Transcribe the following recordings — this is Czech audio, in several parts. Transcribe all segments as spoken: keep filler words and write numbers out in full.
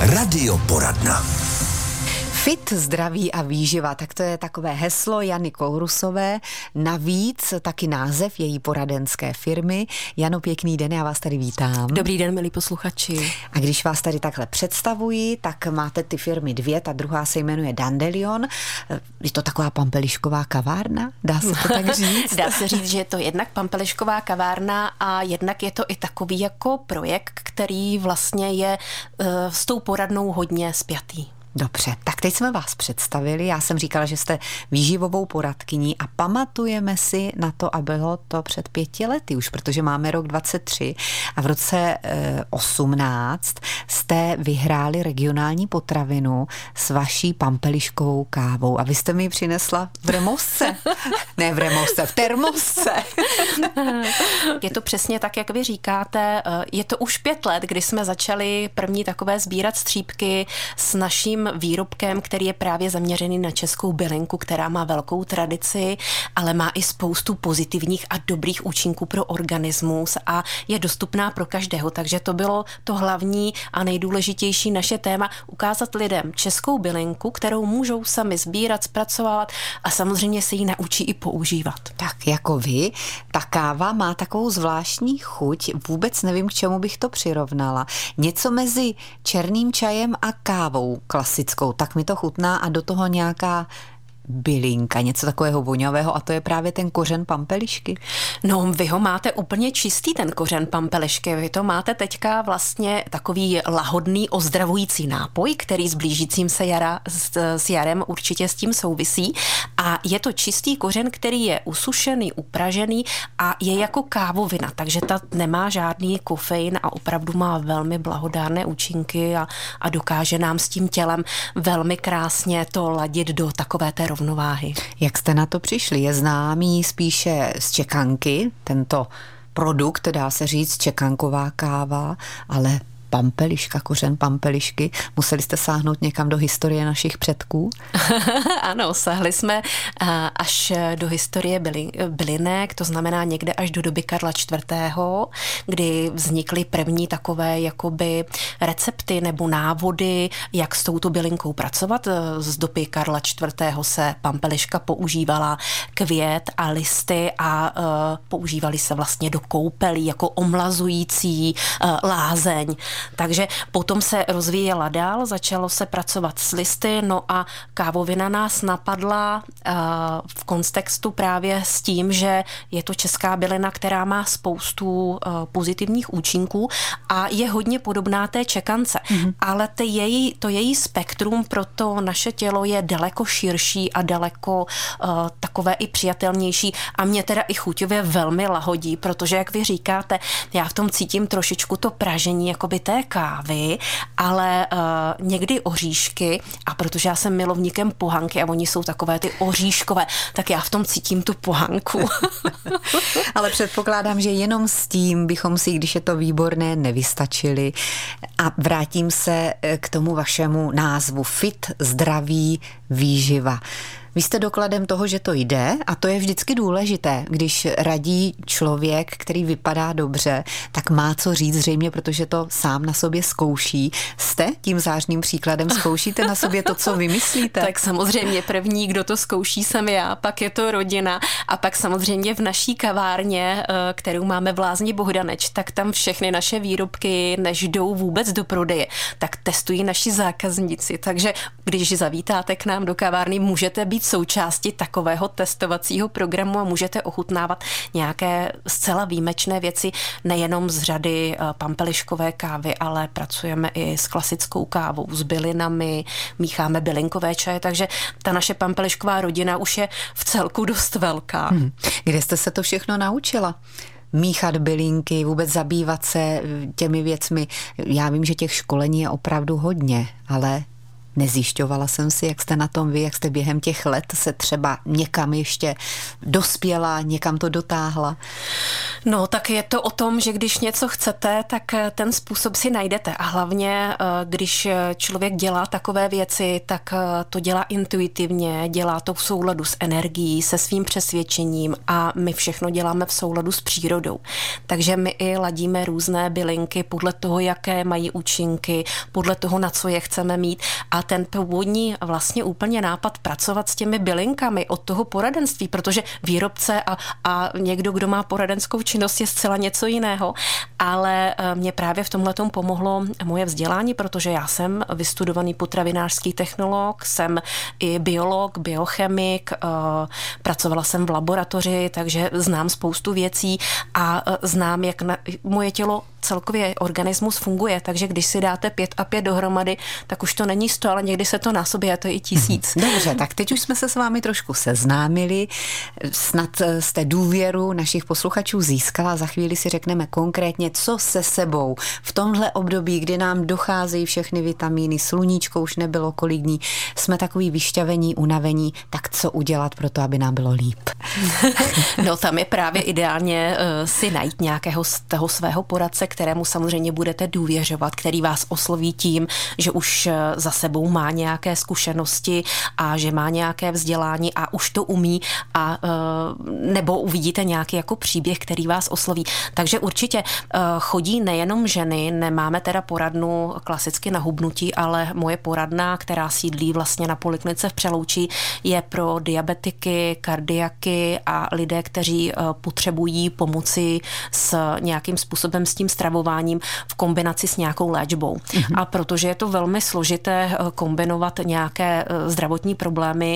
Radioporadna. Fit, zdraví a výživa, tak to je takové heslo Jany Kourusové, navíc taky název její poradenské firmy. Jano, pěkný den, já vás tady vítám. Dobrý den, milí posluchači. A když vás tady takhle představuji, tak máte ty firmy dvě, ta druhá se jmenuje Dandelion. Je to taková pampelišková kavárna, dá se to tak říct? Dá se říct, že je to jednak pampelišková kavárna a jednak je to i takový jako projekt, který vlastně je uh, s tou poradnou hodně spjatý. Dobře, tak teď jsme vás představili, já jsem říkala, že jste výživovou poradkyní a pamatujeme si na to, a bylo to před pěti lety už, protože máme rok dvacet tři a v roce eh, osmnáct jste vyhráli regionální potravinu s vaší pampeliškovou kávou a vy jste mi ji přinesla v remosce. Ne v remosce, v termosce. Je to přesně tak, jak vy říkáte, je to už pět let, kdy jsme začali první takové sbírat střípky s naším výrobkem, který je právě zaměřený na českou bylinku, která má velkou tradici, ale má i spoustu pozitivních a dobrých účinků pro organismus a je dostupná pro každého. Takže to bylo to hlavní a nejdůležitější naše téma, ukázat lidem českou bylinku, kterou můžou sami sbírat, zpracovat a samozřejmě se ji naučí i používat. Tak jako vy, ta káva má takovou zvláštní chuť, vůbec nevím, k čemu bych to přirovnala. Něco mezi černým čajem a kávou klasickou, tak mi to chutná a do toho nějaká bylinka, něco takového voňavého a to je právě ten kořen pampelišky. No, vy ho máte úplně čistý, ten kořen pampelišky. Vy to máte teďka vlastně takový lahodný ozdravující nápoj, který s blížícím se jara, s, s jarem určitě s tím souvisí a je to čistý kořen, který je usušený, upražený a je jako kávovina, takže ta nemá žádný kofein a opravdu má velmi blahodárné účinky a, a dokáže nám s tím tělem velmi krásně to ladit do takové té rovnováhy. Jak jste na to přišli? Je známý spíše z čekanky, tento produkt, dá se říct čekanková káva, ale pampeliška, kořen pampelišky. Museli jste sáhnout někam do historie našich předků? Ano, sáhli jsme až do historie byli, bylinek, to znamená někde až do doby Karla čtvrtého., kdy vznikly první takové jakoby recepty nebo návody, jak s touto bylinkou pracovat. Z doby Karla čtvrtého. se pampeliška používala květ a listy a uh, používali se vlastně do koupelí jako omlazující uh, lázeň. Takže potom se rozvíjela dál, začalo se pracovat s listy, no a kávovina nás napadla uh, v kontextu právě s tím, že je to česká bylina, která má spoustu uh, pozitivních účinků a je hodně podobná té čekance. Mm-hmm. Ale ty její, to její spektrum pro to naše tělo je daleko širší a daleko uh, takové i přijatelnější a mě teda i chuťově velmi lahodí, protože jak vy říkáte, já v tom cítím trošičku to pražení jakoby té kávy, ale uh, někdy oříšky a protože já jsem milovníkem pohanky a oni jsou takové ty oříškové, tak já v tom cítím tu pohanku. Ale předpokládám, že jenom s tím bychom si, když je to výborné, nevystačili. A vrátím se k tomu vašemu názvu Fit, zdraví, výživa. Vy jste dokladem toho, že to jde a to je vždycky důležité. Když radí člověk, který vypadá dobře, tak má co říct zřejmě, protože to sám na sobě zkouší. Jste tím zářným příkladem, zkoušíte na sobě to, co vymyslíte? Tak samozřejmě první, kdo to zkouší, jsem já, pak je to rodina a pak samozřejmě v naší kavárně, kterou máme v Lázni Bohdaneč, tak tam všechny naše výrobky, než jdou vůbec do prodeje, tak testují naši zákazníci. Takže když zavítáte k nám do kavárny, můžete být součástí takového testovacího programu a můžete ochutnávat nějaké zcela výjimečné věci, nejenom z řady pampeliškové kávy, ale pracujeme i s klasickou kávou, s bylinami, mícháme bylinkové čaje, takže ta naše pampelišková rodina už je v celku dost velká. Hmm. Kde jste se to všechno naučila? Míchat bylinky, vůbec zabývat se těmi věcmi. Já vím, že těch školení je opravdu hodně, ale Nezjišťovala jsem si, jak jste na tom vy, jak jste během těch let se třeba někam ještě dospěla, někam to dotáhla? No, tak je to o tom, že když něco chcete, tak ten způsob si najdete. A hlavně, když člověk dělá takové věci, tak to dělá intuitivně, dělá to v souladu s energií, se svým přesvědčením a my všechno děláme v souladu s přírodou. Takže my i ladíme různé bylinky podle toho, jaké mají účinky, podle toho, na co je chceme mít. A ten původní vlastně úplně nápad pracovat s těmi bylinkami od toho poradenství, protože výrobce a, a někdo, kdo má poradenskou činnost, je zcela něco jiného, ale mě právě v tomhletom pomohlo moje vzdělání, protože já jsem vystudovaný potravinářský technolog, jsem i biolog, biochemik, pracovala jsem v laboratoři, takže znám spoustu věcí a znám, jak na, moje tělo celkově organismus funguje, takže když si dáte pět a pět dohromady, tak už to není sto, ale někdy se to násobí a to je i tisíc. Dobře, tak teď už jsme se s vámi trošku seznámili, snad jste důvěru našich posluchačů získala, za chvíli si řekneme konkrétně, co se sebou v tomhle období, kdy nám docházejí všechny vitamíny, sluníčko už nebylo kolik dní, jsme takový vyšťavení, unavení, tak co udělat pro to, aby nám bylo líp? No tam je právě ideálně uh, si najít nějakého z toho svého poradce, kterému samozřejmě budete důvěřovat, který vás osloví tím, že už za sebou má nějaké zkušenosti a že má nějaké vzdělání a už to umí a nebo uvidíte nějaký jako příběh, který vás osloví. Takže určitě chodí nejenom ženy, nemáme teda poradnu klasicky na hubnutí, ale moje poradna, která sídlí vlastně na Poliklinice v Přeloučí, je pro diabetiky, kardiaky a lidé, kteří potřebují pomoci s nějakým způsobem s tím stravováním v kombinaci s nějakou léčbou. Mm-hmm. A protože je to velmi složité kombinovat nějaké zdravotní problémy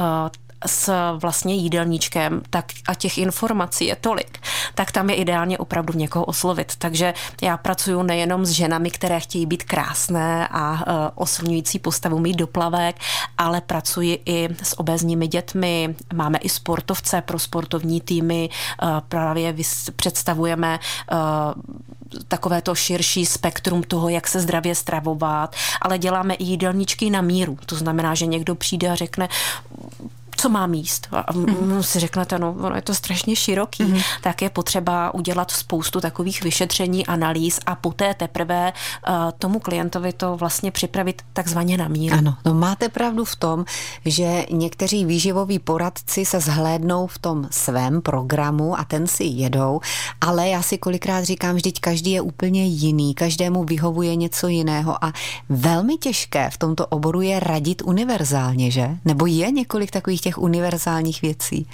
s vlastně jídelníčkem, tak a těch informací je tolik, tak tam je ideálně opravdu někoho oslovit. Takže já pracuji nejenom s ženami, které chtějí být krásné a uh, oslňující postavu, mít doplavek, ale pracuji i s obézními dětmi, máme i sportovce pro sportovní týmy, uh, právě vys- představujeme uh, takové to širší spektrum toho, jak se zdravě stravovat, ale děláme i jídelníčky na míru. To znamená, že někdo přijde a řekne, co mám jíst. A mm. si řeknete, no, ono je to strašně široký, mm. tak je potřeba udělat spoustu takových vyšetření, analýz a poté teprve uh, tomu klientovi to vlastně připravit takzvaně na míru. Ano, no máte pravdu v tom, že někteří výživoví poradci se zhlédnou v tom svém programu a ten si jedou, ale já si kolikrát říkám, vždyť každý je úplně jiný, každému vyhovuje něco jiného a velmi těžké v tomto oboru je radit univerzálně, že? Nebo je několik takových těch univerzálních věcí?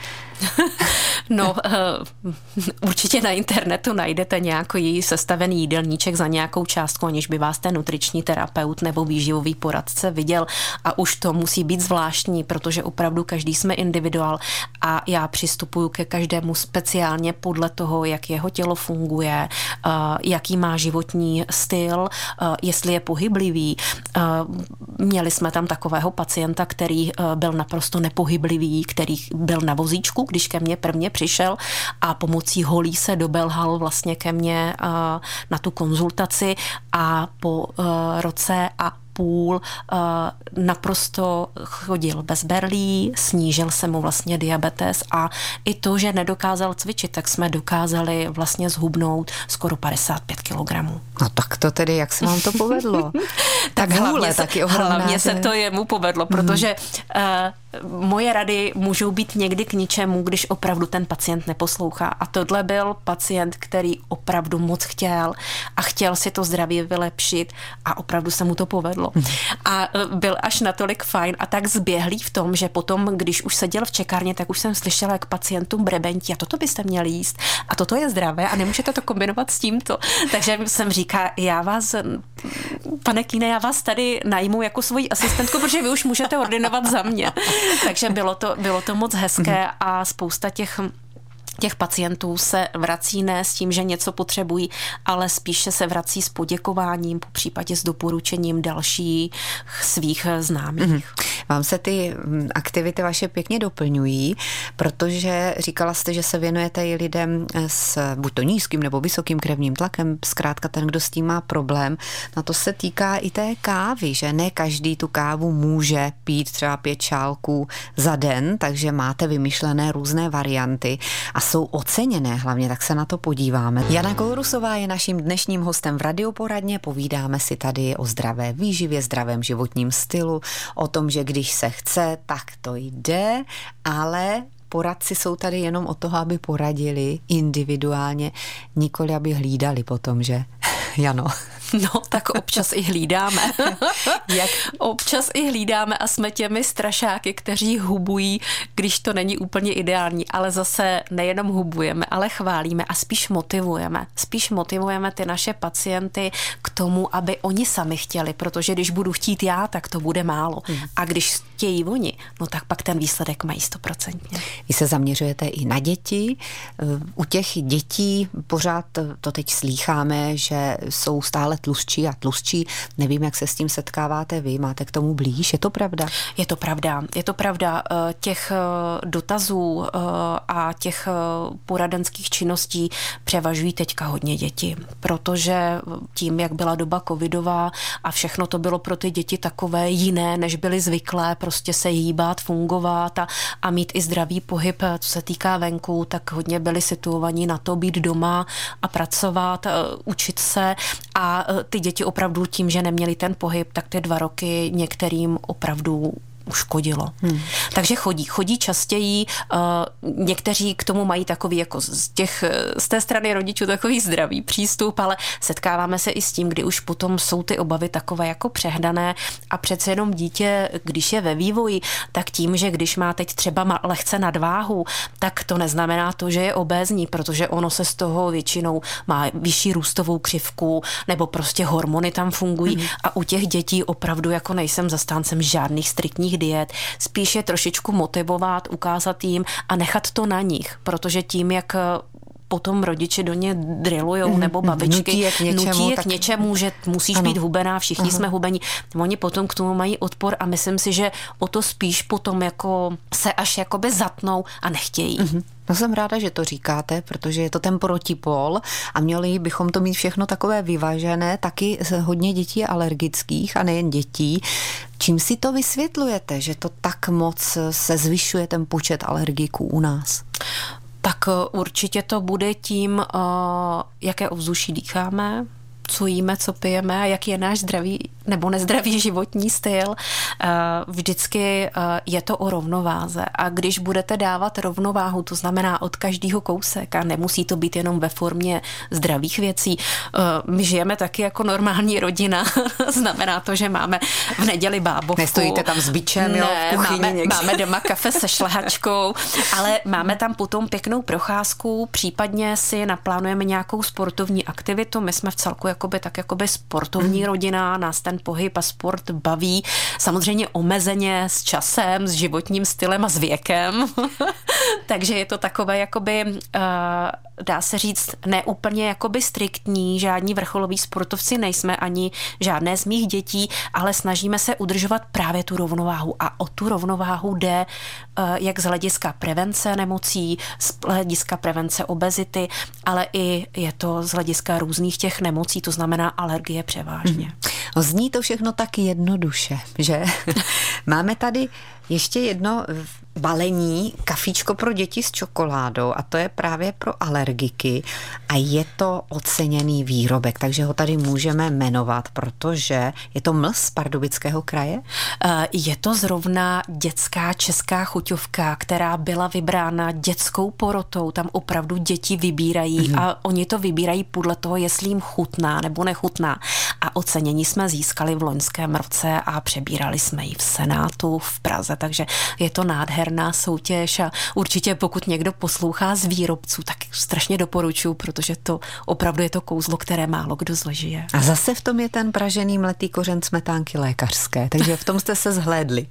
No, určitě na internetu najdete nějaký sestavený jídelníček za nějakou částku, aniž by vás ten nutriční terapeut nebo výživový poradce viděl a už to musí být zvláštní, protože opravdu každý jsme individuál a já přistupuju ke každému speciálně podle toho, jak jeho tělo funguje, jaký má životní styl, jestli je pohyblivý. Měli jsme tam takového pacienta, který byl naprosto nepohyblivý, který byl na vozíčku, když ke mně prvně přišel a pomocí holí se dobelhal vlastně ke mně na tu konzultaci a po roce a půl naprosto chodil bez berlí, snížil se mu vlastně diabetes a i to, že nedokázal cvičit, tak jsme dokázali vlastně zhubnout skoro padesát pět kilogramů. No tak to tedy, jak se vám to povedlo? tak hlavně, se, hlavně se to jemu povedlo, protože uh, moje rady můžou být někdy k ničemu, když opravdu ten pacient neposlouchá. A tohle byl pacient, který opravdu moc chtěl a chtěl si to zdraví vylepšit a opravdu se mu to povedlo. A byl až natolik fajn a tak zběhlý v tom, že potom, když už seděl v čekárně, tak už jsem slyšela, jak pacientům brebentí a toto byste měli jíst a toto je zdravé a nemůžete to kombinovat s tímto. Takže jsem říká, já vás, pane Kühne, já vás tady najmu jako svoji asistentku, protože vy už můžete ordinovat za mě. Takže bylo to, bylo to moc hezké a spousta těch těch pacientů se vrací ne s tím, že něco potřebují, ale spíše se vrací s poděkováním, po případě s doporučením dalších svých známých. Mm-hmm. Vám se ty aktivity vaše pěkně doplňují, protože říkala jste, že se věnujete i lidem s buď to nízkým nebo vysokým krevním tlakem, zkrátka ten, kdo s tím má problém. Na to se týká i té kávy, že ne každý tu kávu může pít třeba pět šálků za den, takže máte vymyšlené různé varianty a jsou oceněné hlavně, tak se na to podíváme. Jana Kourusová je naším dnešním hostem v Radioporadně, povídáme si tady o zdravé výživě, zdravém životním stylu, o tom, že když se chce, tak to jde, ale poradci jsou tady jenom o toho, aby poradili individuálně, nikoli aby hlídali potom, že? Jano. No, tak občas i hlídáme. Jak? Občas i hlídáme a jsme těmi strašáky, kteří hubují, když to není úplně ideální, ale zase nejenom hubujeme, ale chválíme a spíš motivujeme. Spíš motivujeme ty naše pacienty k tomu, aby oni sami chtěli, protože když budu chtít já, tak to bude málo. Hmm. A když chtějí oni, no tak pak ten výsledek mají stoprocentně. Vy se zaměřujete i na děti. U těch dětí pořád to teď slýcháme, že jsou stále tlustší a tlustší. Nevím, jak se s tím setkáváte vy, máte k tomu blíž, je to pravda? Je to pravda, je to pravda. Těch dotazů a těch poradenských činností převažují teďka hodně děti, protože tím, jak byla doba covidová a všechno to bylo pro ty děti takové jiné, než byly zvyklé, prostě se hýbat, fungovat a, a mít i zdravý pohyb, co se týká venku, tak hodně byli situovaní na to být doma a pracovat, učit se a ty děti opravdu tím, že neměli ten pohyb, tak ty dva roky některým opravdu uškodilo. Hmm. Takže chodí, chodí častěji, uh, někteří k tomu mají takový jako z, těch, z té strany rodičů takový zdravý přístup, ale setkáváme se i s tím, kdy už potom jsou ty obavy takové jako přehnané a přece jenom dítě, když je ve vývoji, tak tím, že když má teď třeba lehce nadváhu, tak to neznamená to, že je obézní, protože ono se z toho většinou má vyšší růstovou křivku nebo prostě hormony tam fungují hmm. a u těch dětí opravdu jako nejsem zastáncem žádných striktních diet, spíš je trošičku motivovat, ukázat jim a nechat to na nich, protože tím, jak potom rodiče do ně drillujou, nebo babičky nutí je k něčemu, nutí je tak... k něčemu že musíš ano. být hubená, všichni Aha. jsme hubení. Oni potom k tomu mají odpor a myslím si, že o to spíš potom jako se až jakoby zatnou a nechtějí. Uh-huh. No jsem ráda, že to říkáte, protože je to ten protipol a měli bychom to mít všechno takové vyvážené, taky hodně dětí je alergických a nejen dětí. Čím si to vysvětlujete, že to tak moc se zvyšuje ten počet alergiků u nás? Tak určitě to bude tím, jaké ovzduší dýcháme, co jíme, co pijeme a jaký je náš zdravý nebo nezdravý životní styl. Vždycky je to o rovnováze a když budete dávat rovnováhu, to znamená od každého kousek a nemusí to být jenom ve formě zdravých věcí. My žijeme taky jako normální rodina, znamená to, že máme v neděli bábovku. Nestojíte tam s bičem, ne, jo, v kuchyni máme, někde. máme doma kafe se šlehačkou, ale máme tam potom pěknou procházku, případně si naplánujeme nějakou sportovní aktivitu. My jsme v celku jakoby, tak jakoby sportovní mm. rodina, nás ten pohyb a sport baví. Samozřejmě omezeně s časem, s životním stylem a s věkem. Takže je to takové jakoby, uh, dá se říct, neúplně jakoby striktní, žádní vrcholoví sportovci nejsme, ani žádné z mých dětí, ale snažíme se udržovat právě tu rovnováhu a o tu rovnováhu jde uh, jak z hlediska prevence nemocí, z hlediska prevence obezity, ale i je to z hlediska různých těch nemocí, to znamená alergie převážně. Hmm. Zní to všechno tak jednoduše, že? Máme tady ještě jedno balení, kafíčko pro děti s čokoládou a to je právě pro alergiky a je to oceněný výrobek, takže ho tady můžeme jmenovat, protože je to mlz z Pardubického kraje? Je to zrovna dětská česká chuťovka, která byla vybrána dětskou porotou, tam opravdu děti vybírají mm. a oni to vybírají podle toho, jestli jim chutná nebo nechutná a ocenění jsme získali v loňském roce a přebírali jsme ji v Senátu v Praze, takže je to nádherné. nádherná soutěž a určitě pokud někdo poslouchá z výrobců, tak strašně doporučuji, protože to opravdu je to kouzlo, které málo kdo zažije. A zase v tom je ten pražený mletý kořen smetánky lékařské, takže v tom jste se zhlédli.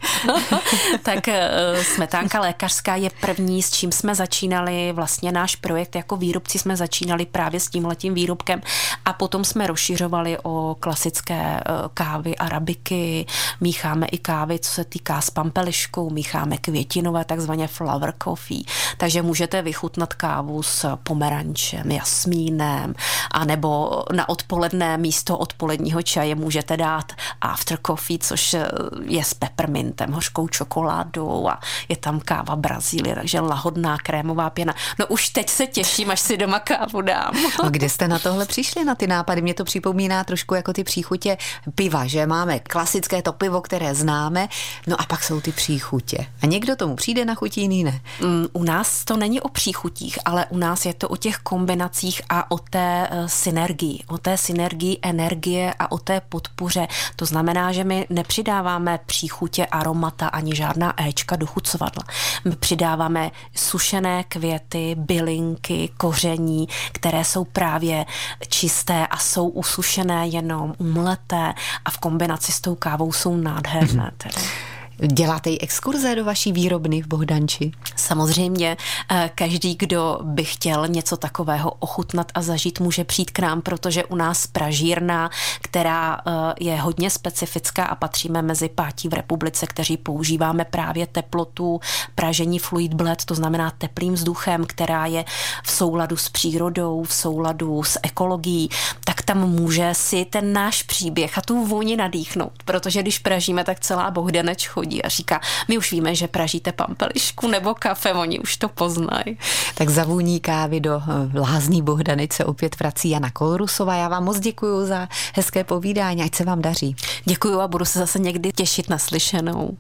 Tak smetánka lékařská je první, s čím jsme začínali, vlastně náš projekt jako výrobci jsme začínali právě s tímhletím výrobkem a potom jsme rozšiřovali o klasické kávy, arabiky, mícháme i kávy, co se týká s pampeliškou, mícháme květinové, takzvaně flower coffee, takže můžete vychutnat kávu s pomerančem, jasmínem, anebo na odpoledne místo odpoledního čaje můžete dát after coffee, což je s peppermintem, hořkou čokoládou a je tam káva Brazílie, takže lahodná krémová pěna. No už teď se těším, až si doma kávu dám. A kde jste na tohle přišli, na ty nápady? Mě to připomíná trošku jako ty příchutě piva, že máme klasické to pivo, které známe, no a pak jsou ty příchutě. A někdo tomu přijde na chuť, jiný ne. Mm, u nás to není o příchutích, ale u nás je to o těch kombinacích a o té uh, synergii. O té synergii energie a o té podpoře. To znamená, že my nepřidáváme příchutě, aromata ani žádná éčka do chucovadla. My přidáváme sušené květy, bylinky, koření, které jsou právě čisté a jsou usušené jenom, umleté a v kombinaci s tou kávou jsou nádherné. Teda. Děláte i exkurze do vaší výrobny v Bohdanči? Samozřejmě každý, kdo by chtěl něco takového ochutnat a zažít, může přijít k nám, protože u nás pražírna, která je hodně specifická a patříme mezi pátí v republice, kteří používáme právě teplotu pražení fluid blend, to znamená teplým vzduchem, která je v souladu s přírodou, v souladu s ekologií, tak tam může si ten náš příběh a tu vůni nadýchnout, protože když pražíme, tak celá Bohdaneč chodí a říká, my už víme, že pražíte pampelišku nebo kafe, oni už to poznají. Tak za vůní kávy do lázní Bohdaneč se opět vrací Jana Kolrusová. Já vám moc děkuju za hezké povídání, ať se vám daří. Děkuju a budu se zase někdy těšit na slyšenou.